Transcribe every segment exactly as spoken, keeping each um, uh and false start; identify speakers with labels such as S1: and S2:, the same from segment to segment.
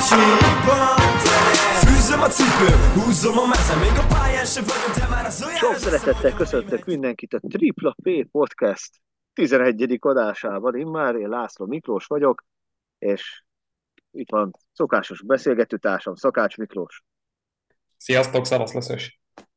S1: Fűzöm a cipőm, húzom a mezem, még a pályán sem vagyok, de már az olyan...
S2: Sok szeretettel köszöntök mindenkit a Tripla P Podcast tizenegyedik adásában. Immár én László Miklós vagyok, és itt van szokásos beszélgetőtársam, Szakács Miklós.
S3: Sziasztok, szavasz Leszös!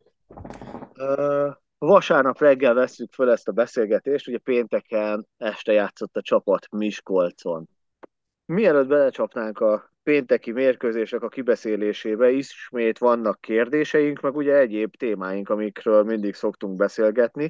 S2: Uh, vasárnap reggel vesszük fel ezt a beszélgetést, ugye pénteken este játszott a csapat Miskolcon. Mielőtt belecsapnánk a pénteki mérkőzések a kibeszélésébe, ismét vannak kérdéseink, meg ugye egyéb témáink, amikről mindig szoktunk beszélgetni.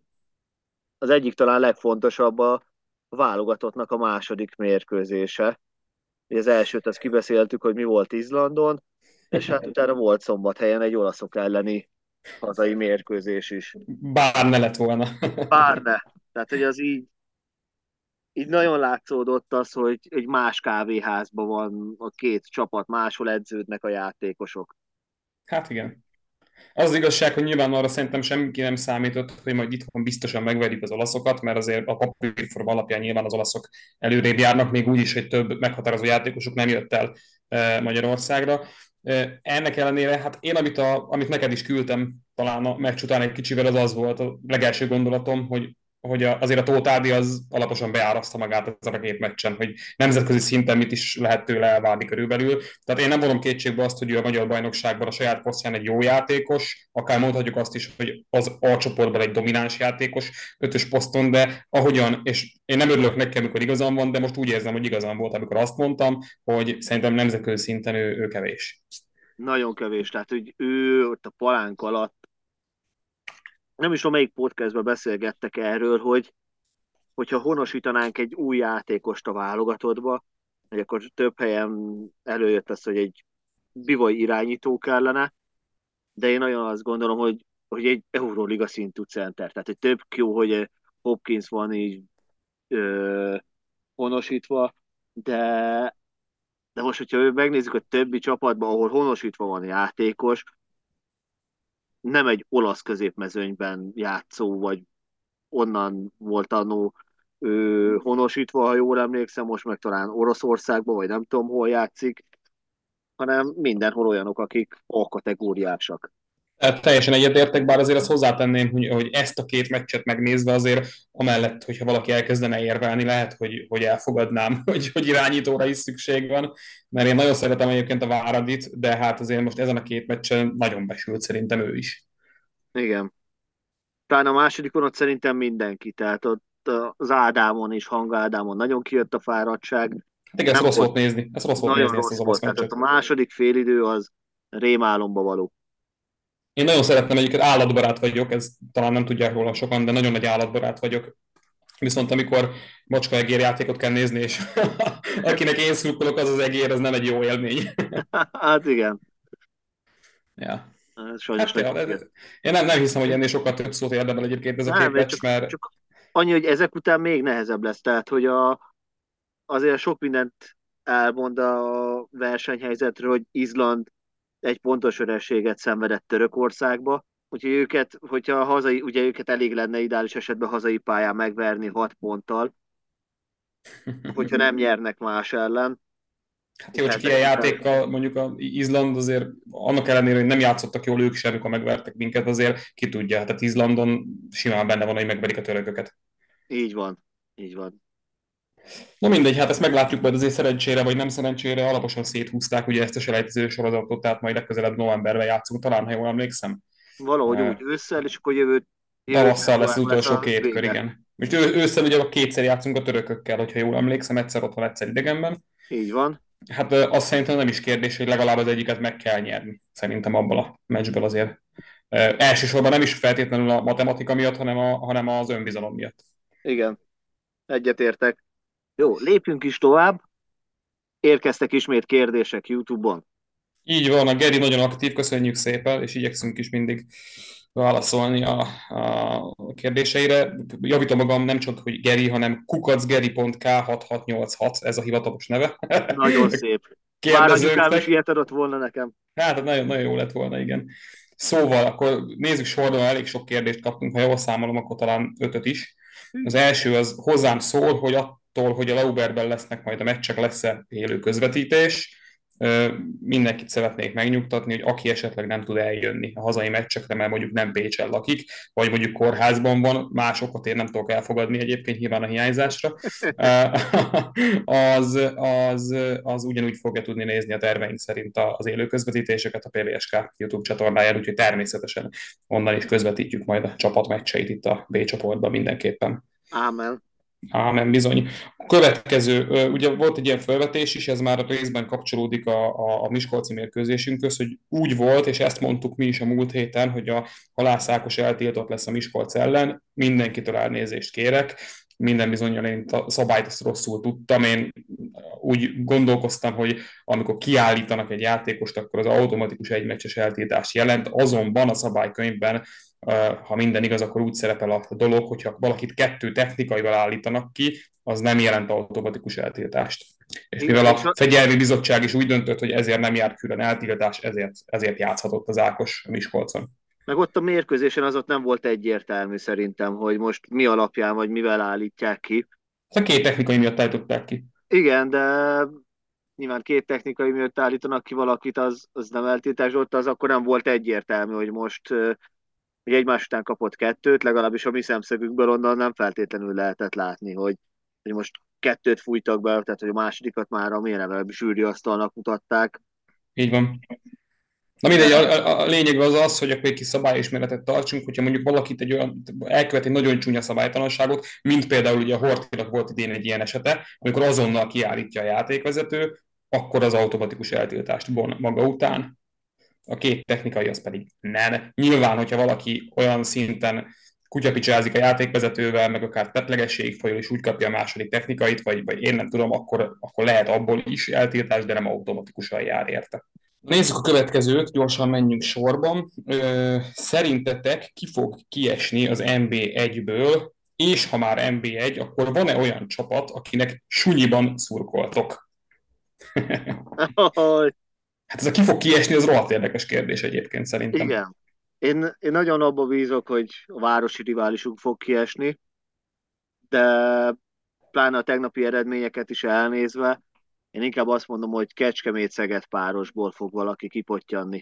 S2: Az egyik talán legfontosabb a válogatottnak a második mérkőzése. Az elsőt azt kibeszéltük, hogy mi volt Izlandon, és hát utána volt Szombathelyen egy olaszok elleni hazai mérkőzés is.
S3: Bár ne lett volna.
S2: Bár ne. Tehát, hogy az így, így nagyon látszódott az, hogy egy más kávéházban van a két csapat, máshol edződnek a játékosok.
S3: Hát igen. Az, az igazság, hogy nyilván arra szerintem senki nem számított, hogy majd itthon biztosan megverik az olaszokat, mert azért a papírforma alapján nyilván az olaszok előrébb járnak, még úgy is, hogy több meghatározó játékosuk nem jött el e, Magyarországra. E, ennek ellenére, hát én, amit, a, amit neked is küldtem talán a meccs után egy kicsivel, az az volt a legelső gondolatom, hogy hogy azért a Tóth Ádi az alaposan beáraszta magát ezen a két meccsen, hogy nemzetközi szinten mit is lehet tőle elvárni körülbelül. Tehát én nem vonom kétségbe azt, hogy ő a magyar bajnokságban a saját posztján egy jó játékos, akár mondhatjuk azt is, hogy az A csoportban egy domináns játékos ötös poszton, de ahogyan, és én nem örülök neki, amikor igazam van, de most úgy érzem, hogy igazam volt, amikor azt mondtam, hogy szerintem nemzetközi szinten ő, ő kevés.
S2: Nagyon kevés, tehát hogy ő ott a palánk alatt, nem is tudom, melyik podcastban beszélgettek erről, hogy hogyha honosítanánk egy új játékost a válogatottba, hogy akkor több helyen előjött az, hogy egy bivaj irányító kellene, de én nagyon azt gondolom, hogy, hogy egy Euróliga szintű center. Tehát, hogy több jó, hogy Hopkins van így ö, honosítva, de, de most, hogyha megnézzük a többi csapatban, ahol honosítva van a játékos, nem egy olasz középmezőnyben játszó, vagy onnan volt annó ő, honosítva, ha jól emlékszem, most meg talán Oroszországban, vagy nem tudom, hol játszik, hanem mindenhol olyanok, akik A-kategóriásak.
S3: Tehát teljesen egyetértek, bár azért azt hozzátenném, hogy, hogy ezt a két meccset megnézve azért, amellett, hogyha valaki elkezdene érvelni, lehet, hogy, hogy elfogadnám, hogy, hogy irányítóra is szükség van, mert én nagyon szeretem egyébként a Váradit, de hát azért most ezen a két meccsen nagyon besült szerintem ő is.
S2: Igen. Talán a másodikon ott szerintem mindenki, tehát ott az Ádámon és Hang Ádámon nagyon kijött a fáradtság.
S3: Hát igen, ez rossz volt nézni, ez rossz volt
S2: nagyon
S3: nézni ezt
S2: rossz
S3: az olasz
S2: volt, tehát ott
S3: meccset.
S2: a második félidő az rémálomba való.
S3: Én nagyon szeretem, egyiket állatbarát vagyok, ez talán nem tudják róla sokan, de nagyon nagy állatbarát vagyok. Viszont amikor macska-egér játékot kell nézni, és akinek én szurkolok, az az egér, ez nem egy jó élmény.
S2: Hát igen.
S3: Ja.
S2: Sajnos
S3: Hát, ja, ez, én nem, nem hiszem, hogy ennél sokkal több szót érdemel egyébként ez a
S2: nem,
S3: két meccs,
S2: csak,
S3: mert...
S2: csak annyi, hogy ezek után még nehezebb lesz, tehát hogy a, azért sok mindent elmond a versenyhelyzetről, hogy Izland egy pontos vereséget szenvedett Törökországba, úgyhogy őket, hogyha hazai, ugye őket elég lenne ideális esetben hazai pályán megverni hat ponttal, hogyha nem nyernek más ellen.
S3: Hát jó, csak ilyen játékkal mondjuk az Izland azért annak ellenére, hogy nem játszottak jól ők sem, amikor megvertek minket, azért ki tudja, hát Izlandon simán benne van, hogy megverik a törököket.
S2: Így van, így van.
S3: Na mindegy, hát ezt meglátjuk majd azért szerencsére, vagy nem szerencsére, alaposan széthúzták ugye ezt a selejtező sorozatot, tehát majd legközelebb novemberben játszunk, talán, ha jól emlékszem.
S2: Valahogy úgy ősszel, és akkor jövő
S3: Tavasszal lesz az utolsó két
S2: vége.
S3: kör, igen. Most ő, ősszel ugye kétszer játszunk a törökökkel, hogyha jól emlékszem, egyszer otthon, egyszer idegenben.
S2: Így van.
S3: Hát azt szerintem nem is kérdés, hogy legalább az egyiket meg kell nyerni. Szerintem abban a meccsből azért. Elsősorban nem is feltétlenül a matematika miatt, hanem, a, hanem az önbizalom miatt.
S2: Igen, egyetértek. Jó, lépjünk is tovább. Érkeztek ismét kérdések YouTube-on.
S3: Így van, a Geri nagyon aktív, köszönjük szépen, és igyekszünk is mindig válaszolni a, a kérdéseire. Javítom magam, nem csak, hogy Geri, hanem kukacgeri pont ká hat hat nyolc hat, ez a hivatalos neve.
S2: Nagyon szép. Bár anyukám is ilyet adott volna nekem.
S3: Hát, nagyon, nagyon jó lett volna, igen. Szóval, akkor nézzük sorban, elég sok kérdést kaptunk, ha jól számolom, akkor talán ötöt is. Az első az hozzám szól, hogy attól, hogy a Lauberben lesznek majd a meccsek, lesz-e élő közvetítés. Mindenkit szeretnék megnyugtatni, hogy aki esetleg nem tud eljönni a hazai meccsekre, mert mondjuk nem Pécsen lakik, vagy mondjuk kórházban van, másokat én nem tudok elfogadni egyébként nyilván a hiányzásra, az, az, az ugyanúgy fogja tudni nézni a terveink szerint az élő közvetítéseket a pé vé es ká YouTube csatornáján, úgyhogy természetesen onnan is közvetítjük majd a csapat meccseit itt a B csoportban mindenképpen.
S2: Ámen.
S3: Ámen, bizony. A következő, ugye volt egy ilyen felvetés is, ez már részben kapcsolódik a, a, a miskolci mérkőzésünkhöz, hogy úgy volt, és ezt mondtuk mi is a múlt héten, hogy a Halász Ákos eltiltott lesz a Miskolc ellen, mindenkitől elnézést kérek, minden bizonnyal én a szabályt azt rosszul tudtam, én úgy gondolkoztam, hogy amikor kiállítanak egy játékost, akkor az automatikus egymeccses eltiltást jelent, azonban a szabálykönyvben ha minden igaz, akkor úgy szerepel a dolog, hogyha valakit kettő technikaival állítanak ki, az nem jelent automatikus eltiltást. És mivel a Fegyelmi Bizottság is úgy döntött, hogy ezért nem járt külön eltiltás, ezért, ezért játszhatott az Ákos a Miskolcon.
S2: Meg ott a mérkőzésen az ott nem volt egyértelmű szerintem, hogy most mi alapján, vagy mivel állítják ki.
S3: A két technikai miatt állították ki.
S2: Igen, de nyilván két technikai miatt állítanak ki valakit, az, az nem eltiltás, ott az akkor nem volt egyértelmű, hogy most hogy egymás után kapott kettőt, legalábbis a mi szemszögünkből onnan nem feltétlenül lehetett látni, hogy, hogy most kettőt fújtak be, tehát hogy a másodikat már a mérneve zsűri asztalnak mutatták.
S3: Így van. Na mindegy, a, a lényeg az az, hogy akkor egy kis szabályismeretet tartsunk, hogyha mondjuk valakit egy olyan, elkövet egy nagyon csúnya szabálytalanságot, mint például ugye a Horthynak volt idén egy ilyen esete, amikor azonnal kiállítja a játékvezető, akkor az automatikus eltiltást von maga után. A két technikai az pedig nem. Nyilván, hogyha valaki olyan szinten kutyapicsázik a játékvezetővel, meg akár tetlegességig folyul, és úgy kapja a második technikait, vagy, vagy én nem tudom, akkor, akkor lehet abból is eltiltás, de nem automatikusan jár érte. Nézzük a következőt, gyorsan menjünk sorban. Ö, szerintetek ki fog kiesni az en bé egyből, és ha már en bé egy, akkor van-e olyan csapat, akinek sunyiban szurkoltok? Hát ez a ki fog kiesni, az rohadt érdekes kérdés egyébként szerintem.
S2: Igen. Én, én nagyon abba bízok, hogy a városi riválisunk fog kiesni, de pláne a tegnapi eredményeket is elnézve, én inkább azt mondom, hogy Kecskemét-Szeged párosból fog valaki kipottyanni.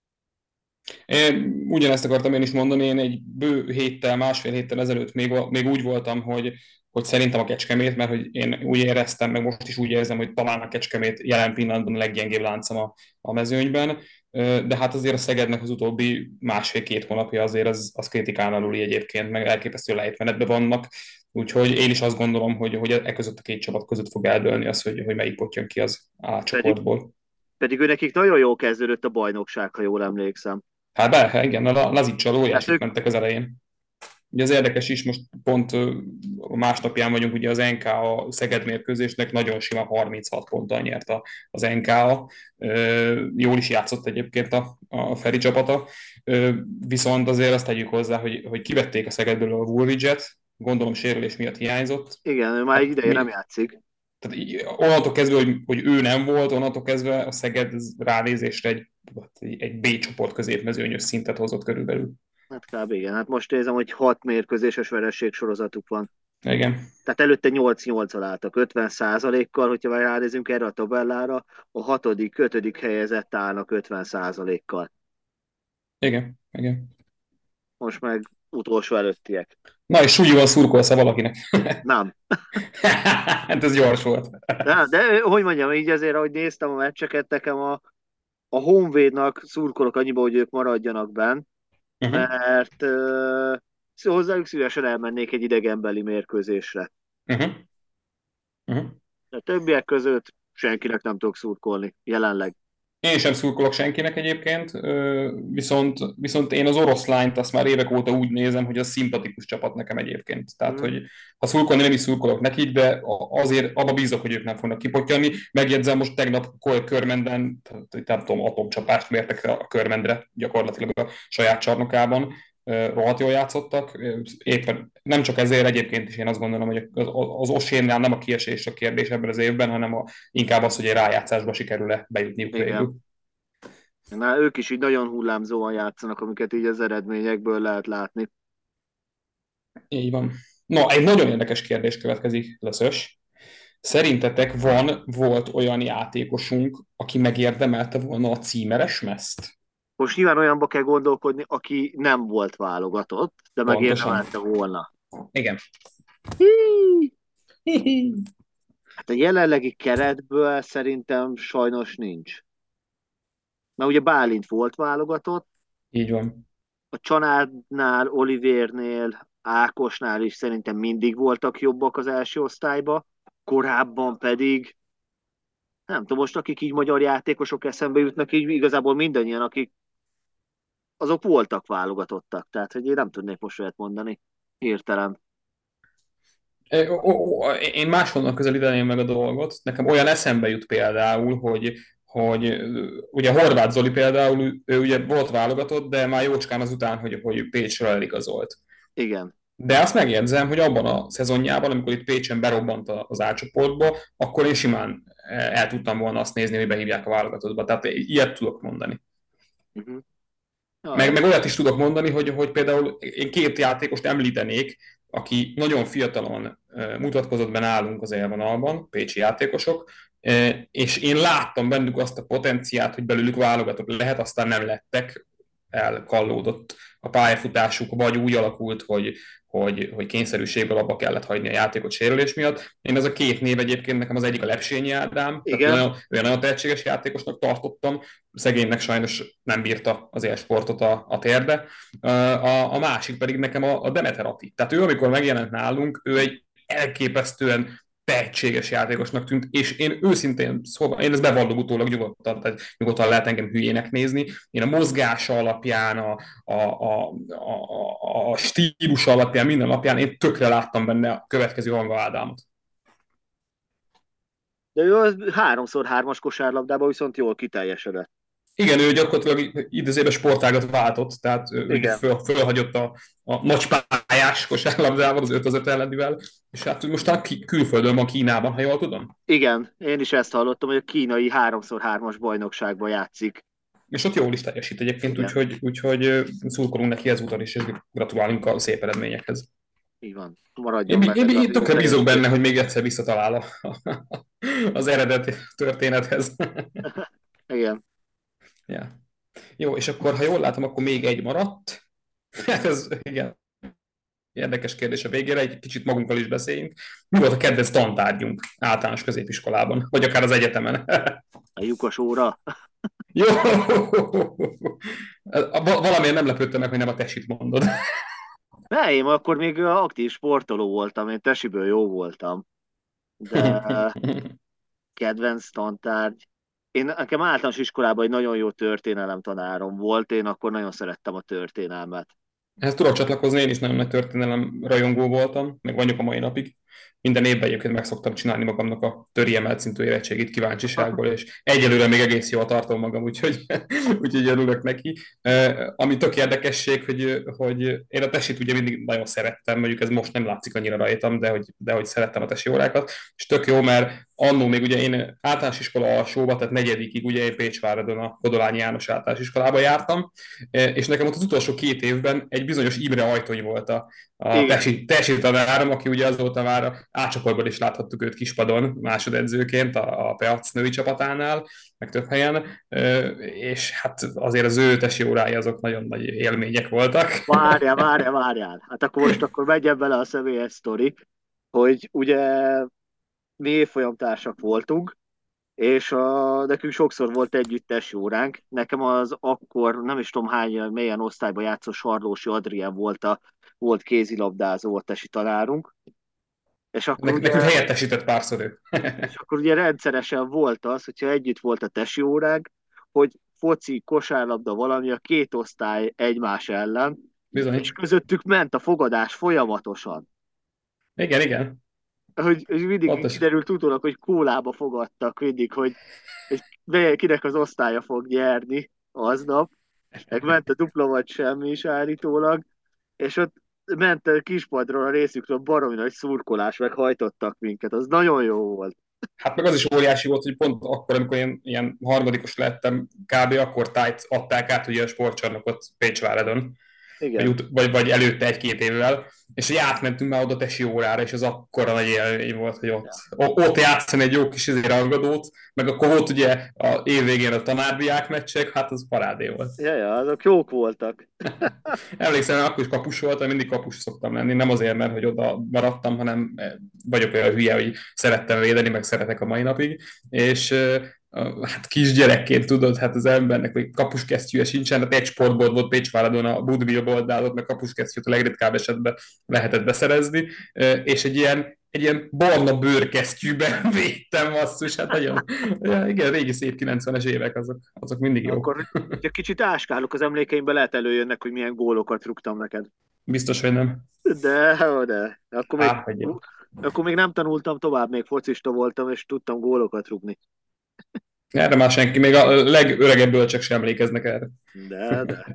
S3: Én ugyanezt akartam én is mondani, én egy bő héttel, másfél héttel ezelőtt még, még úgy voltam, hogy, hogy szerintem a Kecskemét, mert hogy én úgy éreztem, meg most is úgy érzem, hogy talán a Kecskemét jelen pillanatban a leggyengébb láncom a, a mezőnyben, de hát azért a Szegednek az utóbbi másfél-két hónapja azért az, az kritikán aluli egyébként, meg elképesztő lejtmenetben vannak, úgyhogy én is azt gondolom, hogy, hogy e között a két csapat között fog eldőlni az, hogy, hogy melyik pottyan ki az A csoportból.
S2: Pedig, pedig ő nekik nagyon jól kezdődött a bajnokság, ha jól emlékszem.
S3: Hát be, igen, a Laziccsal óriásit
S2: ők...
S3: mentek az elején. Ugye az érdekes is, most pont másnapján vagyunk, ugye az en ká a Szeged mérkőzésnek nagyon sima harminchat ponttal nyert az en ká a. Jól is játszott egyébként a, a Feri csapata, viszont azért azt tegyük hozzá, hogy, hogy kivették a Szegedből a Woolridge-et, gondolom sérülés miatt hiányzott.
S2: Igen, ő már egy ideje nem játszik.
S3: Tehát onnantól kezdve, hogy, hogy ő nem volt, onnantól kezdve a Szeged ránézésre egy, egy B csoport középmezőnyös szintet hozott körülbelül.
S2: Hát kb. Igen. Hát most nézem, hogy hat mérkőzéses vereség sorozatuk van.
S3: Igen.
S2: Tehát előtte nyolc nyolccal álltak, ötven százalékkal, hogyha már ránézünk erre a tabellára, a hatodik, ötödik helyezett állnak ötven százalékkal.
S3: Igen, igen.
S2: Most meg utolsó előttiek.
S3: Na és súlyival szurkolsz-e valakinek?
S2: Nem.
S3: Hát ez gyors volt.
S2: De, de hogy mondjam, így azért, ahogy néztem a meccseket, nekem a, a Honvédnak szurkolok annyiba, hogy ők maradjanak benn, uh-huh. mert uh, hozzájuk szívesen elmennék egy idegenbeli mérkőzésre.
S3: Uh-huh. Uh-huh.
S2: De többiek között senkinek nem tudok szurkolni, jelenleg.
S3: Én sem szurkolok senkinek egyébként, viszont, viszont én az oroszlányt azt már évek óta úgy nézem, hogy az szimpatikus csapat nekem egyébként. Tehát, mm. hogy ha szurkolni, nem is szurkolok nekik, de azért abba bízok, hogy ők nem fognak kipottyanni. Megjegyzem, most tegnap Körmenden, nem tudom, atomcsapást mértek a Körmendre, gyakorlatilag a saját csarnokában. Rohadt jól játszottak. Éppen nem csak ezért, egyébként is én azt gondolom, hogy az, az Osénnál nem a kiesés a kérdés ebben az évben, hanem a, inkább az, hogy egy rájátszásba sikerül-e bejutniuk végül.
S2: Na, ők is így nagyon hullámzóan játszanak, amiket így az eredményekből lehet látni.
S3: Így van. No, egy nagyon érdekes kérdés következik, Löszös. Szerintetek van, volt olyan játékosunk, aki megérdemelte volna a címeres mezt?
S2: Most nyilván olyanba kell gondolkodni, aki nem volt válogatott, de
S3: Pontosan.
S2: megérdemelte volna.
S3: Igen.
S2: Hí! Hát a jelenlegi keretből szerintem sajnos nincs. Mert ugye Bálint volt válogatott,
S3: Így van.
S2: a Csanádnál, Olivérnél, Ákosnál is szerintem mindig voltak jobbak az első osztályba, korábban pedig, nem tudom, most akik így magyar játékosok eszembe jutnak, így igazából mindannyian, akik azok voltak válogatottak, tehát hogy én nem tudnék most olyat mondani hirtelen.
S3: É, o- o- Én máshonnan közelíteném meg a dolgot. Nekem olyan eszembe jut például, hogy, hogy ö, ugye Horváth Zoli például, ő ő ugye volt válogatott, de már jócskán azután, hogy, hogy Pécsről eligazolt.
S2: Igen.
S3: De azt megjegyzem, hogy abban a szezonjában, amikor itt Pécsen berobbant az A csoportba, akkor én simán el tudtam volna azt nézni, hogy behívják a válogatottba. Tehát ilyet tudok mondani.
S2: Uh-huh.
S3: Meg,
S2: Ja,
S3: meg olyat is tudok mondani, hogy, hogy például én két játékost említenék, aki nagyon fiatalon mutatkozott be nálunk az élvonalban, pécsi játékosok, és én láttam bennük azt a potenciát, hogy belőlük válogatott lehet, aztán nem lettek, elkallódott a pályafutásuk, vagy úgy alakult, hogy, hogy, hogy kényszerűségből abba kellett hagyni a játékot sérülés miatt. Én ez a két név egyébként nekem az egyik a Lepsényi Ádám, tehát
S2: igen.
S3: olyan, olyan nagyon tehetséges játékosnak tartottam, szegénynek sajnos nem bírta az élsportot a, a térde. A, a másik pedig nekem a, a Demeter Ati. Tehát ő, amikor megjelent nálunk, ő egy elképesztően tehetséges játékosnak tűnt, és én őszintén, szóval én ezt bevallom utólag nyugodtan, tehát nyugodtan lehet engem hülyének nézni. Én a mozgása alapján, a, a, a, a, a stílus alapján, minden alapján én tökre láttam benne a következő Hanga Ádámot.
S2: De ő az háromszor hármas kosárlabdában viszont jól kiteljesedett.
S3: Igen, ő gyakorlatilag idézőben sportágat váltott, tehát ő
S2: Igen.
S3: föl, fölhagyott a, a nagypályás kosárlabdával, az öt az öt ellenivel, és hát ő most külföldön van, Kínában, ha jól tudom.
S2: Igen, én is ezt hallottam, hogy a kínai háromszor hármas bajnokságban játszik.
S3: És ott jól is teljesít egyébként,
S2: Igen,
S3: úgyhogy, úgyhogy szurkolunk neki ezúttal is, és gratulálunk a szép eredményekhez.
S2: így van.
S3: Én,
S2: Maradjon
S3: bí-
S2: meg
S3: én,
S2: ez
S3: bí-
S2: a
S3: én
S2: jó
S3: tökre bízok
S2: teljesítmény.
S3: benne, hogy még egyszer visszatalál a, az eredeti történethez.
S2: Igen.
S3: Ja. Jó, és akkor, ha jól látom, akkor még egy maradt. Hát ez, igen, érdekes kérdés a végére, egy kicsit magunkkal is beszéljünk. Mi volt a kedvenc tantárgyunk általános középiskolában, vagy akár az egyetemen?
S2: A lyukas óra.
S3: Jó! Valamiért nem lepődtem meg, hogy nem a tesit mondod.
S2: Ne, én akkor még aktív sportoló voltam, én tesiből jó voltam. De kedvenc tantárgy. Én nekem általános iskolában egy nagyon jó történelem tanárom volt, én akkor nagyon szerettem a történelmet.
S3: Ehhez tudok csatlakozni, én is nagyon nagy történelem rajongó voltam, meg vagyok a mai napig. Minden évben egyébként meg szoktam csinálni magamnak a töri emelt szintű érettségit kíváncsiságból, és egyelőre még egész jól tartom magam, úgyhogy, úgyhogy örülök neki. Uh, ami tök érdekesség, hogy, hogy én a tesit ugye mindig nagyon szerettem, mondjuk ez most nem látszik annyira rajtam, de hogy, de hogy szerettem a tesi órákat, és tök jó, mert annó még ugye én általános iskola alsóba, tehát negyedikig ugye én Pécsváradon a Kodolányi János általános iskolába jártam, és nekem ott az utolsó két évben egy bizonyos Imre Ajtony volt a, a
S2: Igen.
S3: tesi, tesi tanárom, aki ugye azóta már a A-csoportban is láthattuk őt kispadon másodedzőként a, a Peac női csapatánál, meg több helyen, és hát azért az ő tesi órái azok nagyon nagy élmények voltak.
S2: Várjál, várjál, várjál. Hát akkor most akkor megyen bele a személyes sztori, hogy ugye mi évfolyamtársak voltunk, és a, nekünk sokszor volt együttes óránk. Nekem az akkor, nem is tudom hány, melyen osztályban játszó Sarlósi Adrien volt a volt kézilabdázó a tesi tanárunk. És akkor,
S3: Nek, nekünk
S2: ugye,
S3: helyettesített párszor ő.
S2: és akkor ugye rendszeresen volt az, hogyha együtt volt a tesi óránk, hogy foci, kosárlabda, valami a két osztály egymás ellen, és
S3: Bizony.
S2: közöttük ment a fogadás folyamatosan.
S3: Igen, igen.
S2: Hogy, hogy mindig
S3: Pontos.
S2: kiderült utólag, hogy kólába fogadtak mindig, hogy, hogy kinek az osztálya fog nyerni aznap, meg ment a dupla vagy semmi is állítólag, és ott ment a kispadról a részükről baromi nagy szurkolás, meg hajtottak minket, az nagyon jó volt.
S3: Hát meg az is óriási volt, hogy pont akkor, amikor én ilyen harmadikos lettem, kb. Akkor tájt adták át ugye a sportcsarnokot Pécsváradon. vagy,
S2: Igen.
S3: ut- vagy, vagy előtte egy-két évvel, és hogy átmentünk már oda tesi órára, és az akkora nagy élmény volt, hogy ott,
S2: Ja.
S3: o- ott játszani egy jó kis izé rangadót, meg akkor volt ugye a év végén a tanárdiák meccsek, hát az parádé volt.
S2: Ja, ja, azok jók voltak.
S3: Emlékszem, hogy akkor is kapus voltam, mindig kapus szoktam lenni, nem azért, mert hogy oda maradtam, hanem vagyok olyan hülye, hogy szerettem védeni, meg szeretek a mai napig, és hát kisgyerekként tudod, hát az embernek még kapuskesztyűje sincsen, hát egy sportbolt volt Pécsváradon, a Budbil boldálott, meg kapuskesztyűt a legritkább esetben lehetett beszerezni, és egy ilyen egy ilyen barna bőrkesztyűben védtem basszus, hát nagyon, ja, igen, régi szép kilencvenes évek, azok, azok mindig jók.
S2: Akkor, hogyha kicsit áskálok az emlékeimbe, lehet előjönnek, hogy milyen gólokat rúgtam neked.
S3: Biztos, hogy nem.
S2: De, de. Akkor még,
S3: Á, hogy
S2: akkor még nem tanultam tovább, még focista voltam, és tudtam gólokat rúgni.
S3: erre már senki, még a legöregebb bölcsek sem emlékeznek erre.
S2: De, de.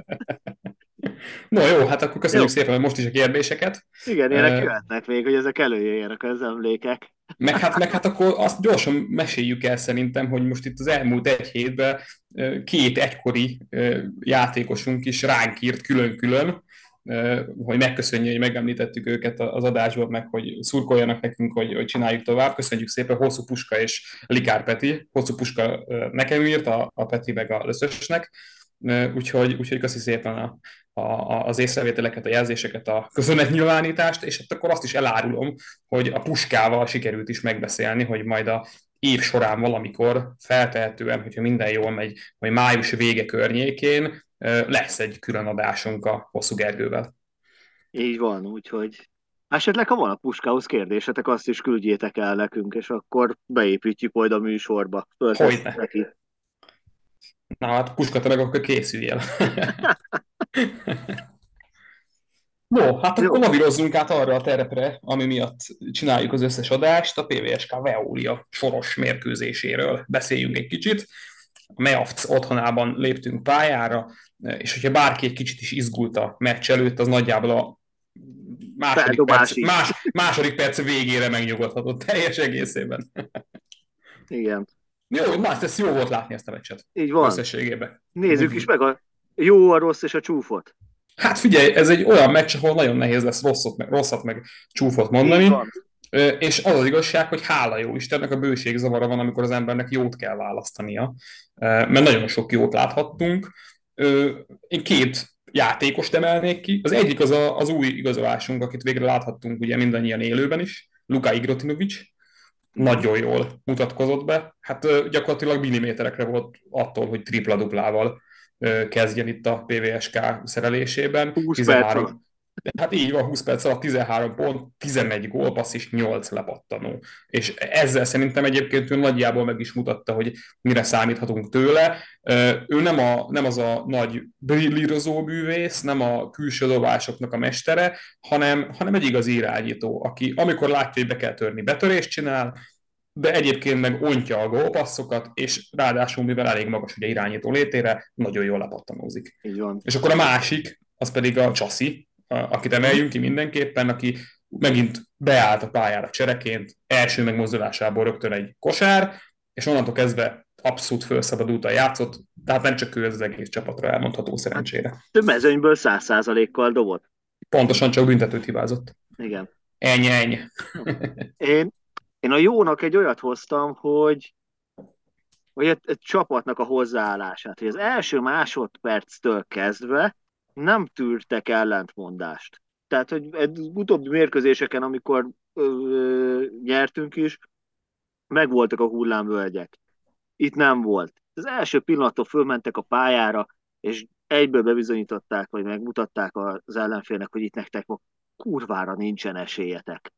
S3: No jó, hát akkor köszönjük
S2: Jó.
S3: szépen most is a kérdéseket.
S2: Igen, ilyenek jöhetnek még, hogy ezek előjöjjenek az emlékek.
S3: Meg hát, meg hát akkor azt gyorsan meséljük el szerintem, hogy most itt az elmúlt egy hétben két egykori játékosunk is ránk írt külön-külön, hogy megköszönjük, hogy megemlítettük őket az adásban, meg hogy szurkoljanak nekünk, hogy, hogy csináljuk tovább. Köszönjük szépen Hosszú Puska és Likár Peti. Hosszú Puska nekem írt, a, a Peti meg a összesnek. Úgyhogy, úgyhogy köszi szépen a, a, az észrevételeket, a jelzéseket, a köszönetnyilvánítást, és hát akkor azt is elárulom, hogy a Puskával sikerült is megbeszélni, hogy majd a év során valamikor feltehetően, hogyha minden jól megy, vagy május vége környékén lesz egy külön adásunk a Hosszú Gergővel.
S2: Így van, úgyhogy esetleg, ha van a Puskához kérdésetek, azt is küldjétek el nekünk, és akkor beépítjük majd a műsorba.
S3: Hogyne.
S2: Neki.
S3: Na hát Puska, te meg akkor készülj el. No, hát
S2: Jó.
S3: akkor lavírozzunk át arra a terepre, ami miatt csináljuk az összes adást, a pé vé es ká Veolia soros mérkőzéséről beszéljünk egy kicsit. A Meavc otthonában léptünk pályára, és hogyha bárki egy kicsit is izgult a meccs előtt, az nagyjából a második perc, más, második perc végére megnyugodhatott teljes egészében.
S2: Igen.
S3: Jó, na, ez jó volt látni ezt a meccset.
S2: Így van.
S3: Összességében.
S2: Nézzük is meg a jó, a rossz és a csúfot.
S3: Hát figyelj, ez egy olyan meccs, ahol nagyon nehéz lesz rosszat meg, rosszat meg csúfot mondani, és az az igazság, hogy hála jó Istennek a bőség zavara van, amikor az embernek jót kell választania, mert nagyon sok jót láthattunk. Én két játékost emelnék ki. Az egyik az a, az új igazolásunk, akit végre láthattunk ugye mindannyian élőben is, Luka Igrotinovic. Nagyon jól mutatkozott be. Hát gyakorlatilag milliméterekre volt attól, hogy tripla-duplával kezdjen itt a pé vé es ká szerelésében.
S2: húsz
S3: tizenhárom,
S2: perc.
S3: Hát így van, húsz perc alatt tizenhárom pont, tizenegy gólpassz és nyolc lepattanó. És ezzel szerintem egyébként ő nagyjából meg is mutatta, hogy mire számíthatunk tőle. Ő nem, a, nem az a nagy brillírozó művész, nem a külső dobásoknak a mestere, hanem, hanem egy igazi irányító, aki amikor látja, hogy be kell törni, betörést csinál, de egyébként meg ontja a gólpasszokat, és ráadásul, mivel elég magas ugye irányító létére, nagyon jól lepattanózik.
S2: Így van.
S3: És akkor a másik, az pedig a Csaszi, akit emeljünk ki mindenképpen, aki megint beállt a pályára csereként, első megmozdulásából rögtön egy kosár, és onnantól kezdve abszolút felszabadultan játszott, tehát nem csak ő, ez az egész csapatra elmondható szerencsére.
S2: Több mezőnyből száz százalékkal dobott.
S3: Pontosan, csak büntetőt hibázott.
S2: Igen.
S3: Ennyi, ennyi.
S2: Én, én a jónak egy olyat hoztam, hogy, hogy egy, egy csapatnak a hozzáállását, hogy az első másodperctől kezdve nem tűrtek ellentmondást. Tehát, hogy utóbbi mérkőzéseken, amikor ö, nyertünk is, megvoltak a hullámvölgyek. Itt nem volt. Az első pillanattól fölmentek a pályára, és egyből bebizonyították, vagy megmutatták az ellenfélnek, hogy itt nektek ma kurvára nincsen esélyetek.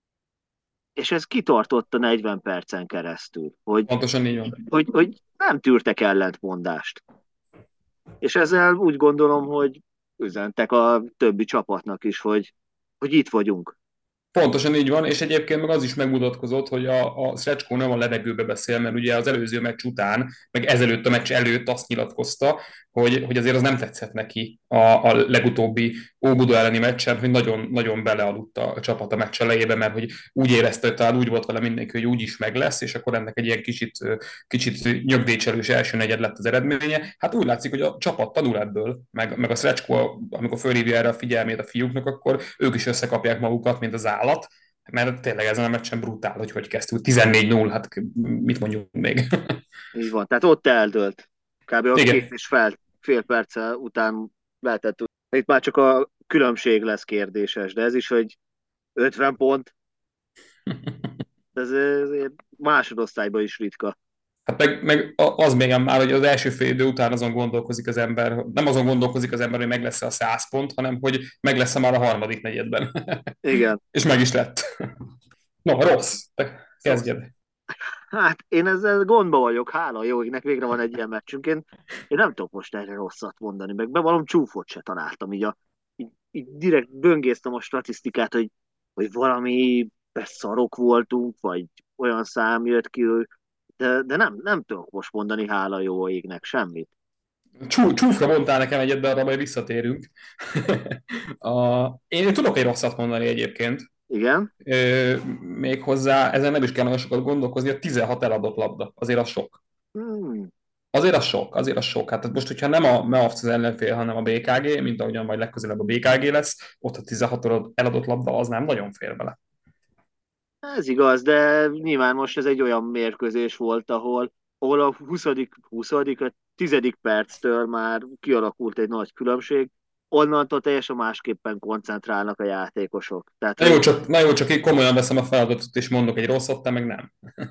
S2: És ez kitartott a negyven percen keresztül, hogy,
S3: Pontosan így van.
S2: hogy, hogy nem tűrtek ellentmondást. És ezzel úgy gondolom, hogy üzentek a többi csapatnak is, hogy, hogy itt vagyunk.
S3: Pontosan így van, és egyébként meg az is megmutatkozott, hogy a, a Srecskó nem a levegőbe beszél, mert ugye az előző meccs után, meg ezelőtt a meccs előtt azt nyilatkozta, hogy, hogy azért az nem tetszett neki a, a legutóbbi Óbuda elleni meccsen, hogy nagyon, nagyon belealudt a csapat a meccs elejébe, mert hogy úgy érezte, hogy talán úgy volt vele mindenki, hogy úgy is meg lesz, és akkor ennek egy ilyen kicsit, kicsit nyögdécselős első negyed lett az eredménye. Hát úgy látszik, hogy a csapat tanul ebből, meg, meg a Srecsko, amikor fölhívja erre a figyelmét a fiúknak, akkor ők is összekapják magukat, mint az állat, mert tényleg ezen a meccsen brutál, hogy hogy kezdtük. tizennégy null, hát mit mondjuk még.
S2: Így van, tehát ott eldőlt. Kb. A
S3: Igen.
S2: két és fél, fél perccel után lehetett. Itt már csak a különbség lesz kérdéses, de ez is, hogy ötven pont, ez, ez másodosztályban is ritka.
S3: Hát meg, meg az még már, hogy az első fél idő után azon gondolkozik az ember, nem azon gondolkozik az ember, hogy meg lesz a száz pont, hanem hogy meg lesz már a harmadik negyedben.
S2: Igen.
S3: És meg is lett. No, rossz. Te kezdjed.
S2: Hát én ezzel gondba vagyok, hála jó, égnek végre van egy ilyen meccsünk. Én, én nem tudok most erre rosszat mondani, meg bevallom, csúfot se találtam. Így, a, így, így direkt böngésztem a statisztikát, hogy, hogy valami szarok voltunk, vagy olyan szám jött ki, de, de nem, nem tudok most mondani, hála jó égnek, semmit.
S3: Csú, csúfra mondtál nekem egyet, de arra majd visszatérünk. a, én tudok egy rosszat mondani egyébként.
S2: Igen?
S3: Ö, méghozzá ezen nem is kell nagyon sokat gondolkozni, a tizenhat eladott labda, azért az sok.
S2: Hmm.
S3: Azért az sok, azért az sok. Hát most, hogyha nem a Meavc az ellenfél, hanem a bé ká gé, mint ahogyan majd legközelebb a bé ká gé lesz, ott a tizenhat eladott labda az nem nagyon fér bele.
S2: Ez igaz, de nyilván most ez egy olyan mérkőzés volt, ahol, ahol a huszadik huszadik a tizedik perctől már kialakult egy nagy különbség, onnantól teljesen másképpen koncentrálnak a játékosok. Tehát,
S3: Na jó,
S2: hogy...
S3: csak, na jó, csak én komolyan veszem a feladatot, és mondok egy rosszat, te meg nem.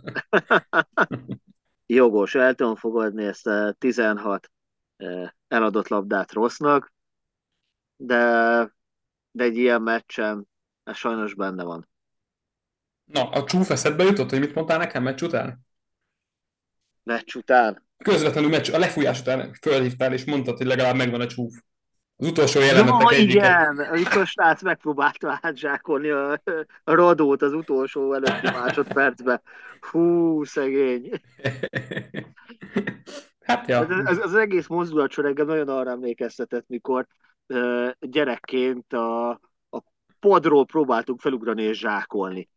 S2: Jogos, el tudom fogadni ezt a tizenhat eh, eladott labdát rossznak, de, de egy ilyen meccsen ez sajnos benne van.
S3: Na, a csúf eszedbe jutott, hogy mit mondtál nekem meccs után?
S2: Meccs után.
S3: Közvetlenül meccs, a lefújás után fölhívtál, és mondtad, hogy legalább megvan a csúf. Az utolsó
S2: Ja,
S3: jelenetek egyike.
S2: igen! Amikor a srác megpróbálta átzsákolni a, a Radót az utolsó előtti másodpercben. Hú, szegény.
S3: Hát ja.
S2: Az, az egész mozdulatsor engem nagyon arra emlékeztetett, mikor uh, gyerekként a, a padról próbáltunk felugrani és zsákolni.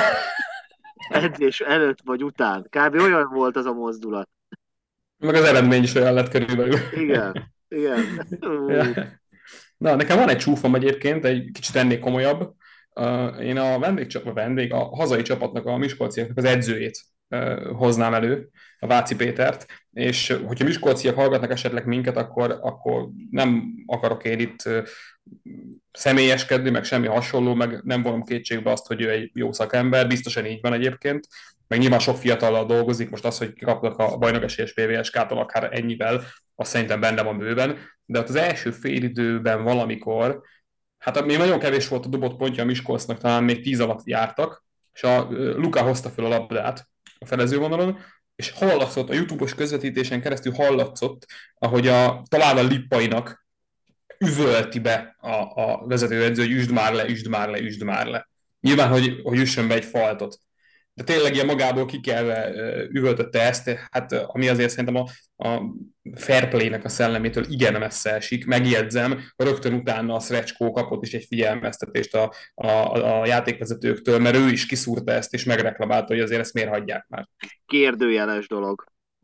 S2: Edzés előtt vagy után. Kb. Olyan volt az a mozdulat.
S3: Meg az eredmény is olyan lett körülbelül.
S2: Igen, igen.
S3: Ja. Na, nekem van egy csúfom egyébként, egy kicsit ennél komolyabb. Uh, én a vendég, a vendég, a hazai csapatnak, a miskolciaknak az edzőjét uh, hoznám elő, a Váci Pétert, és uh, hogyha miskolciak hallgatnak esetleg minket, akkor, akkor nem akarok én itt uh, személyeskedni, meg semmi hasonló, meg nem vonom kétségbe azt, hogy ő egy jó szakember, biztosan így van egyébként, meg nyilván sok fiatallal dolgozik, most az, hogy kapnak a bajnokesélyes pé vé es ká-tól akár ennyivel, azt szerintem benne van bőven, de ott az első félidőben valamikor, hát még nagyon kevés volt a dobott pontja a Miskolcnak, talán még tíz alatt jártak, és a Luka hozta fel a labdát a felezővonalon, és hallatszott, a YouTube-os közvetítésen keresztül hallatszott, ahogy a, talán a Lippainak üvölti be a, a vezetőedző, hogy üsd már le, üsd már le, üsd már le. Nyilván, hogy, hogy üssön be egy faltot. De tényleg ilyen magából kikelve üvöltötte ezt, hát ami azért szerintem a, a fair play-nek a szellemétől igen messze esik. Megjegyzem, rögtön utána a Srecsko kapott is egy figyelmeztetést a, a, a játékvezetőktől, mert ő is kiszúrta ezt, és megreklamálta, hogy azért ezt miért hagyják már.
S2: Kérdőjeles dolog.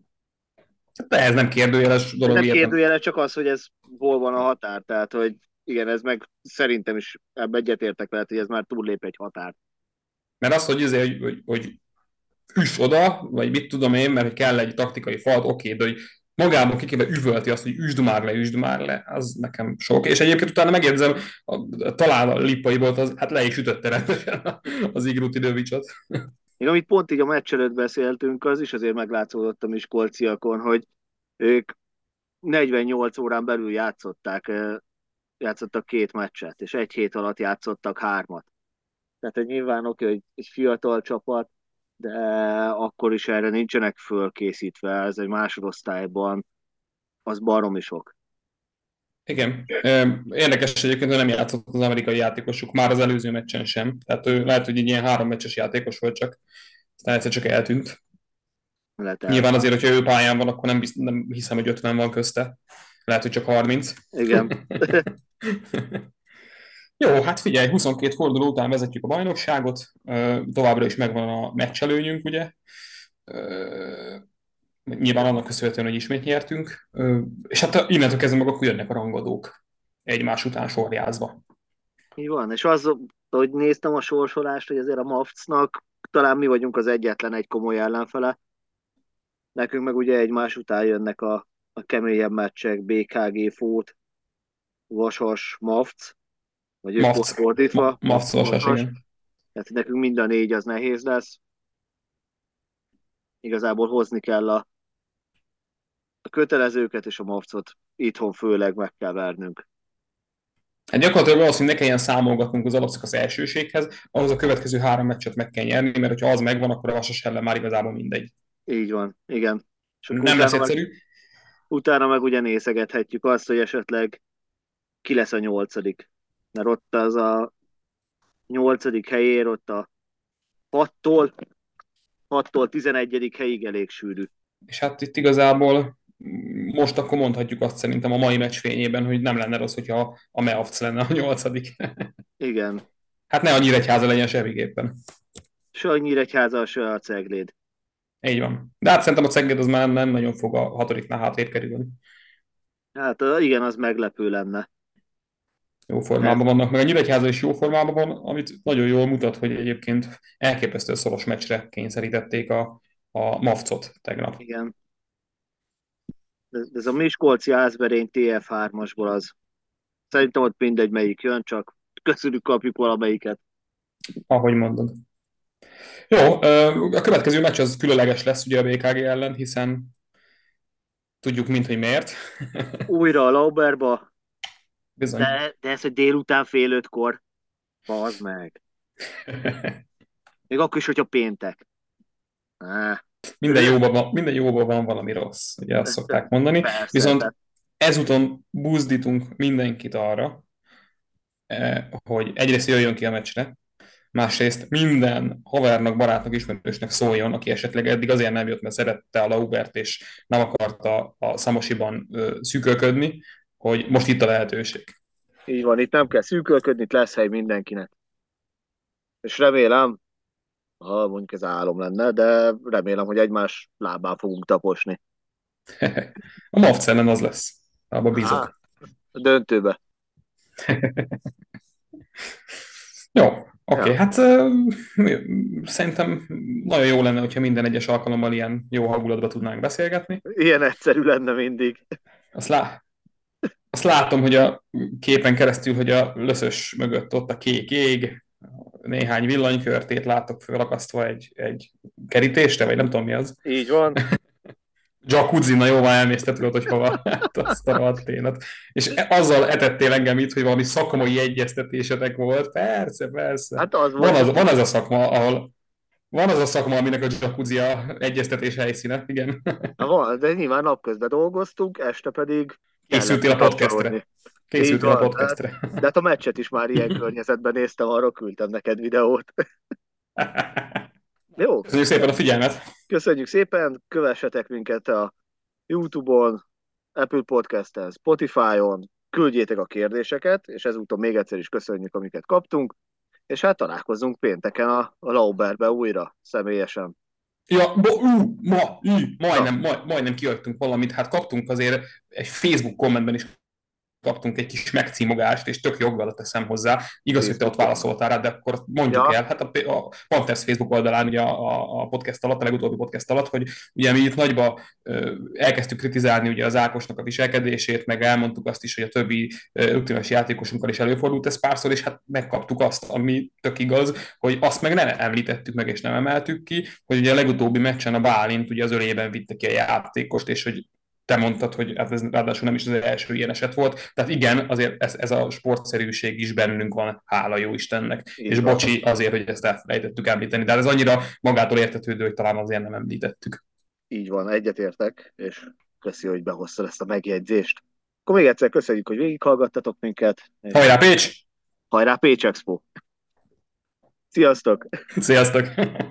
S3: De ez nem kérdőjeles dolog.
S2: Nem
S3: értem.
S2: kérdőjeles, csak az, hogy ez hol van a határ. Tehát, hogy igen, ez meg szerintem is ebbe egyetértek veled, hogy ez már túllép egy határt.
S3: Mert az, hogy, azért, hogy, hogy, hogy üss oda, vagy mit tudom én, mert hogy kell egy taktikai falat, oké, de hogy magában kikébe üvölti azt, hogy üsd már le, üsd már le, az nekem sok. És egyébként utána megjegyzem, a, talán a Lippai volt, az, hát le is ütötte rendesen az Igruti Dövicsot.
S2: Még amit pont így a meccs előtt beszéltünk, az is azért meglátszódott a miskolciakon, hogy ők negyvennyolc órán belül játszották, eh, játszottak két meccset, és egy hét alatt játszottak hármat. Tehát hogy nyilván oké, hogy egy fiatal csapat, de akkor is erre nincsenek fölkészítve, ez egy másodosztályban, az baromi sok.
S3: Igen. Érdekes egyébként, hogy nem játszott az amerikai játékosuk, már az előző meccsen sem. Tehát ő lehet, hogy egy ilyen három meccses játékos volt csak, aztán egyszer csak eltűnt.
S2: Lehet el.
S3: Nyilván azért, hogyha ő pályán van, akkor nem, bizt, nem hiszem, hogy ötven van közte. lehet, hogy csak harminc.
S2: Igen.
S3: Jó, hát figyelj, huszonkét forduló után vezetjük a bajnokságot, továbbra is megvan a meccselőnyünk, ugye? Nyilván annak köszönhetően, hogy ismét nyertünk, és hát innentől kezdve meg akkor jönnek a rangadók egymás után sorjázva.
S2: Így van, és az, hogy néztem a sorsolást, hogy azért a Mavcnak talán mi vagyunk az egyetlen egy komoly ellenfele. Nekünk meg ugye egymás után jönnek a, a keményebb meccsek, bé ká gé, Fót, Vasas, Mavc, vagy ők volt
S3: Mavc,
S2: fordítva,
S3: Mavc Vasas, igen.
S2: Tehát nekünk mind a négy az nehéz lesz. Igazából hozni kell a, a kötelezőket, és a Mavcot itthon főleg meg kell vernünk.
S3: Hát gyakorlatilag az, hogy ne kelljen számolgatnunk az alapszakasz elsőséghez, ahhoz a következő három meccset meg kell nyerni, mert ha az megvan, akkor a Vasas ellen már igazából mindegy.
S2: Így van, igen. És
S3: Nem lesz egyszerű.
S2: Meg, utána meg ugye nézegethetjük azt, hogy esetleg ki lesz a nyolcadik. Mert ott az a nyolcadik helyér, ott a hattól, hattól tizenegyedik helyig elég sűrű.
S3: És hát itt igazából most akkor mondhatjuk azt szerintem a mai meccs fényében, hogy nem lenne rossz, hogyha a Meavc lenne a nyolcadik.
S2: Igen.
S3: Hát ne a Nyíregyháza legyen semmiképpen.
S2: Se a Nyíregyháza, se a Cegléd.
S3: Így van. De hát szerintem a Cegléd az már nem nagyon fog a hatodiknál hátrébb kerülni.
S2: Hát igen, az meglepő lenne.
S3: Jó formában vannak, meg a Nyíregyháza is jó formában van, amit nagyon jól mutat, hogy egyébként elképesztően szoros meccsre kényszerítették a, a Mavcot tegnap.
S2: Igen. Ez, ez a Miskolci Ászberény té ef hármasból az. Szerintem ott mindegy melyik jön, csak közülük kapjuk valamelyiket.
S3: Ahogy mondod. Jó, a következő meccs az különleges lesz ugye a bé ká gé ellen, hiszen tudjuk mind, hogy miért.
S2: Újra a Lauberba,
S3: Bizony.
S2: de, de ez, hogy délután fél ötkor, bazd meg. Még akkor is, hogyha péntek. Ah.
S3: Minden jóban van, minden jóban van valami rossz, ugye azt szokták mondani.
S2: Persze,
S3: Viszont
S2: tehát...
S3: ezúton buzdítunk mindenkit arra, hogy egyrészt jöjjön ki a meccsre, másrészt minden havernak, barátnak, ismerősnek szóljon, aki esetleg eddig azért nem jött, mert szerette a Laubert, és nem akarta a Szamosiban szűkölködni, hogy most itt a lehetőség.
S2: Így van, itt nem kell szűkölködni, itt lesz hely mindenkinek. És remélem, ha mondjuk ez álom lenne, de remélem, hogy egymás lábán fogunk taposni.
S3: A Mavc ellen az lesz. Abba bízok.
S2: Á, a döntőbe.
S3: Jó, oké, okay,
S2: Ja.
S3: hát uh, szerintem nagyon jó lenne, hogyha minden egyes alkalommal ilyen jó hangulatban tudnánk beszélgetni.
S2: Ilyen egyszerű lenne mindig.
S3: Azt, lá- azt látom, hogy a képen keresztül, hogy a löszös mögött ott a kék ég, néhány villanykörtét látok felakasztva egy, egy kerítésre, vagy nem tudom mi az.
S2: Így van.
S3: Jacuzzi, na jóval elmész, te tudod, hogy hova. Hát azt a rohadt ténet. És azzal etettél engem itt, hogy valami szakmai egyeztetésetek volt. Persze, persze.
S2: Hát az
S3: van,
S2: volt.
S3: az, van az a szakma, ahol van az a szakma, aminek a jacuzzi a egyeztetés helyszíne, igen.
S2: Na, van, de nyilván napközben dolgoztunk, este pedig
S3: Készültél a podcastre. Készültél a podcastre.
S2: De, de hát a meccset is már ilyen környezetben néztem, arra küldtem neked videót. Jó.
S3: Köszönjük szépen a figyelmet.
S2: Köszönjük szépen, kövessetek minket a YouTube-on, Apple Podcast-en, Spotify-on, küldjétek a kérdéseket, és ezúton még egyszer is köszönjük, amiket kaptunk, és hát találkozunk pénteken a, a Lauberbe újra, személyesen.
S3: Ja, bo, ú, ma, ú, majdnem, majd, majdnem kiadtunk valamit, hát kaptunk azért egy Facebook kommentben is kaptunk egy kis megcímogást, és tök joggal teszem hozzá. Igaz, hogy te ott válaszoltál rá, de akkor mondjuk ja. el, hát a, a Panthers Facebook oldalán, ugye a, a podcast alatt, a legutóbbi podcast alatt, hogy ugye mi itt nagyba ö, elkezdtük kritizálni ugye az Ákosnak a viselkedését, meg elmondtuk azt is, hogy a többi rutinos játékosunkkal is előfordult ez párszor, és hát megkaptuk azt, ami tök igaz, hogy azt meg nem említettük meg, és nem emeltük ki, hogy ugye a legutóbbi meccsen a Bálint ugye az ölében vitte ki a játékost, és hogy te mondtad, hogy hát ez ráadásul nem is az első ilyen eset volt. Tehát igen, azért ez, ez a sportszerűség is bennünk van, hála jó Istennek. Így és van. Bocsi azért, hogy ezt elfelejtettük említeni, de ez annyira magától értetődő, hogy talán azért nem említettük.
S2: Így van, egyetértek, és köszi, hogy behoztad ezt a megjegyzést. Akkor még egyszer köszönjük, hogy végighallgattatok minket.
S3: Hajrá Pécs!
S2: Hajrá Pécs Expo! Sziasztok!
S3: Sziasztok!